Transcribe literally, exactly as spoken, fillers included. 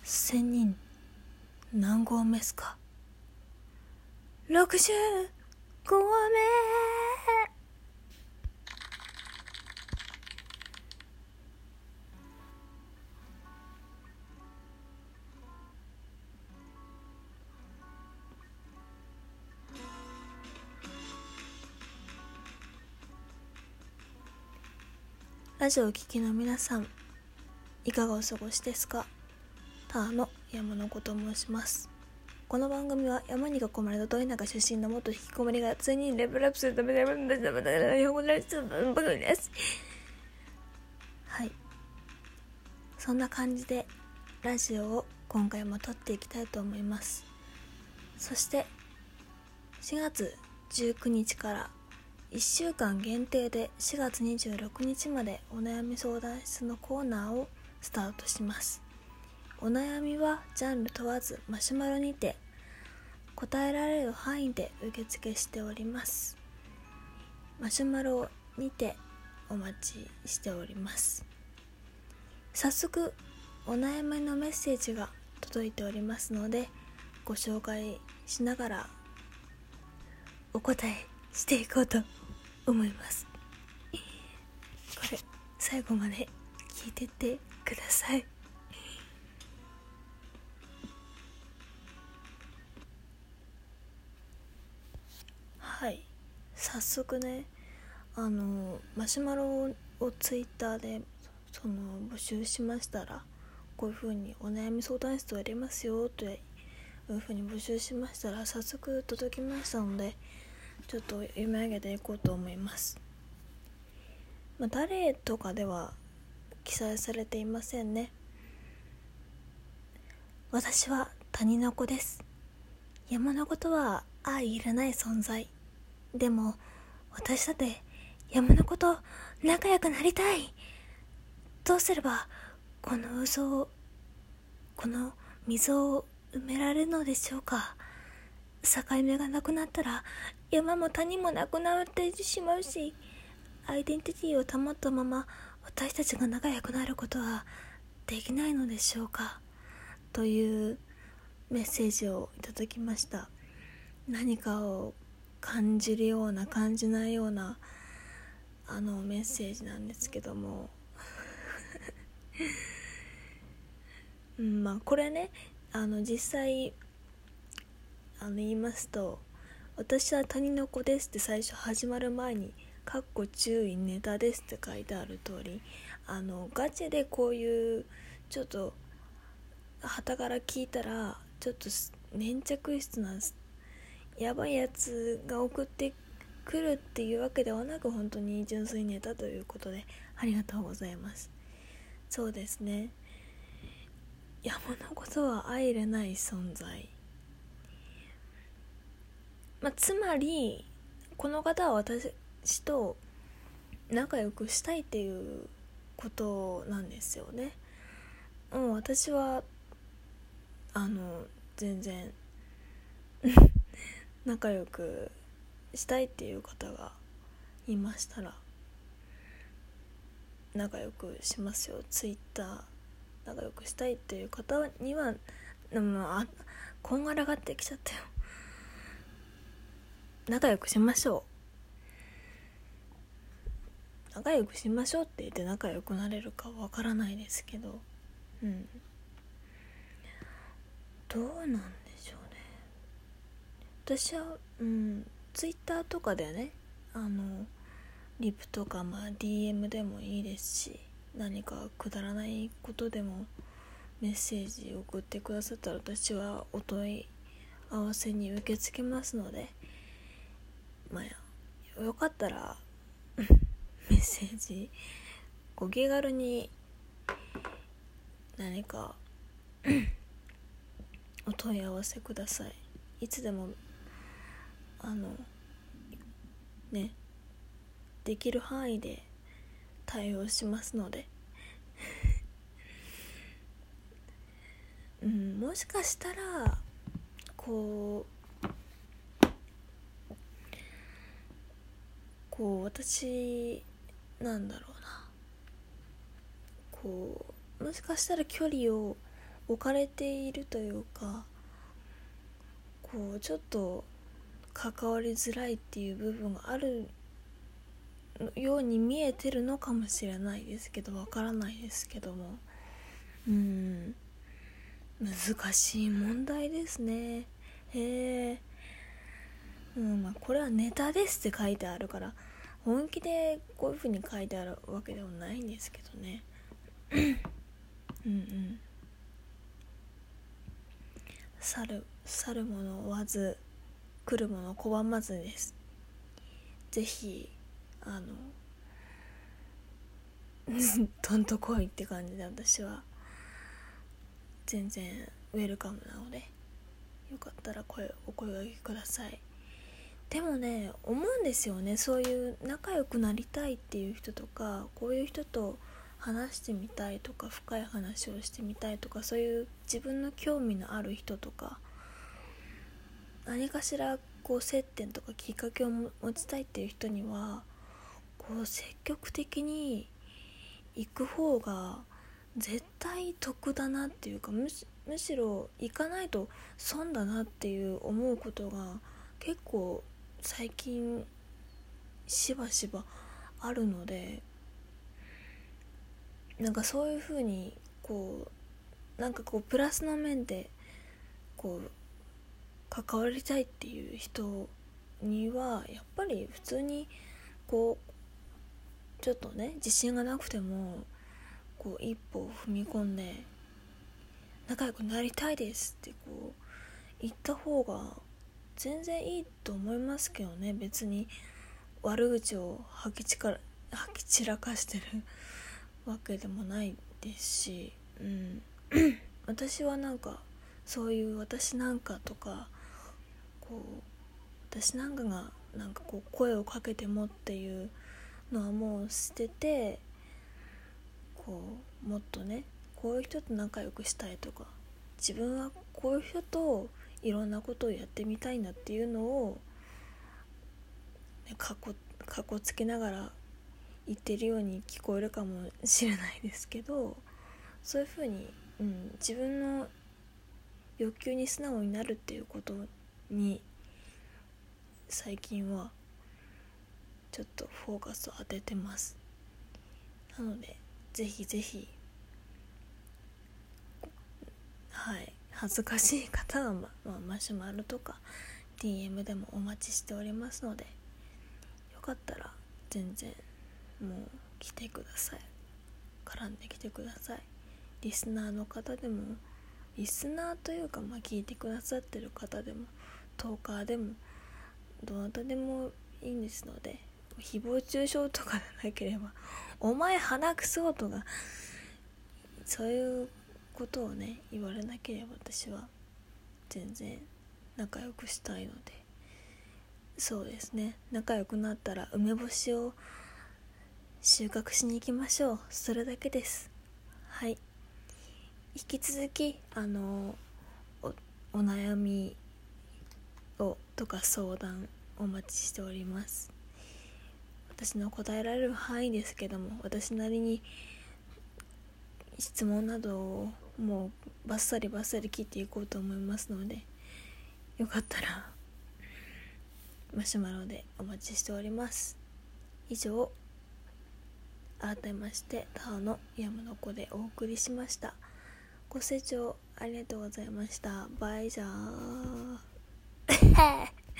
千人何合目っすか？ろくじゅうご合目。ラジオを聴きの皆さん、いかがお過ごしですか？ターの山の子と申します。この番組は山に囲まれたど田舎出身の元引きこもりがついにレベルアップするためで日本語で番組です。はい、そんな感じでラジオを今回も撮っていきたいと思います。そしてしがつじゅうくにちからいっしゅうかん限定でしがつにじゅうろくにちまでお悩み相談室のコーナーをスタートします。お悩みはジャンル問わずマシュマロにて答えられる範囲で受付しております。マシュマロにてお待ちしております。早速お悩みのメッセージが届いておりますので、ご紹介しながらお答えしていこうと思います。これ最後まで聞いてってください。はい、早速ね、あのマシュマロをツイッターでその募集しましたら、こういう風にお悩み相談室をやりますよという風に募集しましたら、早速届きましたので、ちょっと読み上げていこうと思います。まあ、誰とかでは記載されていませんね。私は谷の子です。山の子とは相入れない存在。でも私だって山の子と仲良くなりたい。どうすればこの嘘をこの溝を埋められるのでしょうか。境目がなくなったら山も谷もなくなってしまうし、アイデンティティを保ったまま私たちが仲良くなることはできないのでしょうか、というメッセージをいただきました。何かを感じるような感じないようなあのメッセージなんですけどもうん、まあこれね、あの実際あの言いますと、私は谷の子ですって最初始まる前にかっこ注意ネタですって書いてある通り、あのガチでこういうちょっと傍から聞いたらちょっと粘着質なやばいやつが送ってくるっていうわけではなく、本当に純粋ネタということでありがとうございます。そうですね、山のことは相入れない存在、まあ、つまりこの方は私と仲良くしたいっていうことなんですよね。もう私はあの全然仲良くしたいっていう方がいましたら仲良くしますよ。ツイッター仲良くしたいっていう方には、でもあこんがらがってきちゃったよ。仲良くしましょう仲良くしましょうって言って仲良くなれるかわからないですけど、うんどうなんでしょうね。私はうんツイッターとかでね、あのリプとか、まあ ディーエム でもいいですし、何かくだらないことでもメッセージを送ってくださったら、私はお問い合わせに受け付けますので、まあよかったらメッセージご気軽に何かお問い合わせください。いつでもあのねできる範囲で対応しますのでうん、もしかしたらこうこう私なんだろうなこうもしかしたら距離を置かれているというか、こうちょっと関わりづらいっていう部分があるように見えてるのかもしれないですけど、わからないですけども、うーん難しい問題ですね。へえ、うんまあ、これはネタですって書いてあるから本気でこういう風に書いてあるわけではないんですけどね。うんうん去る去るものを追わず来るものを拒まずです。ぜひあのどんと来いって感じで、私は全然ウェルカムなので、よかったら声お声掛けください。でもね、思うんですよね、そういう仲良くなりたいっていう人とか、こういう人と話してみたいとか、深い話をしてみたいとか、そういう自分の興味のある人とか、何かしらこう接点とかきっかけを持ちたいっていう人には、こう積極的に行く方が絶対得だなっていうか、むし、むしろ行かないと損だなっていう思うことが結構最近しばしばあるので、なんかそういう風にこうなんかこうプラスの面でこう関わりたいっていう人にはやっぱり普通にこうちょっとね自信がなくてもこう一歩を踏み込んで仲良くなりたいですってこう言った方が全然いいと思いますけどね。別に悪口を吐きちから吐き散らかしてるわけでもないですし、うん、私はなんかそういう私なんかとかこう私なんかがなんかこう声をかけてもっていうのはもう捨てて、こうもっとねこういう人と仲良くしたいとか、自分はこういう人といろんなことをやってみたいんだっていうのを、ね、かっこかっこつけながら言ってるように聞こえるかもしれないですけど、そういうふうに、うん、自分の欲求に素直になるっていうことに最近はちょっとフォーカスを当ててます。なのでぜひぜひ、はい恥ずかしい方は、ままあ、マシュマロとか ディーエム でもお待ちしておりますので、よかったら全然もう来てください。絡んできてください。リスナーの方でも、リスナーというか、まあ、聞いてくださってる方でもトーカーでもどなたでもいいんですので、誹謗中傷とかでなければお前鼻くそとかそういうことをね言われなければ、私は全然仲良くしたいので、そうですね、仲良くなったら梅干しを収穫しに行きましょう。それだけです。はい、引き続きあの お, お悩みをとか相談お待ちしております。私の答えられる範囲ですけども、私なりに質問などをもうバッサリバッサリ切っていこうと思いますので、よかったらマシュマロでお待ちしております。以上、改めましてタオの山の子でお送りしました。ご清聴ありがとうございました。バイジャー。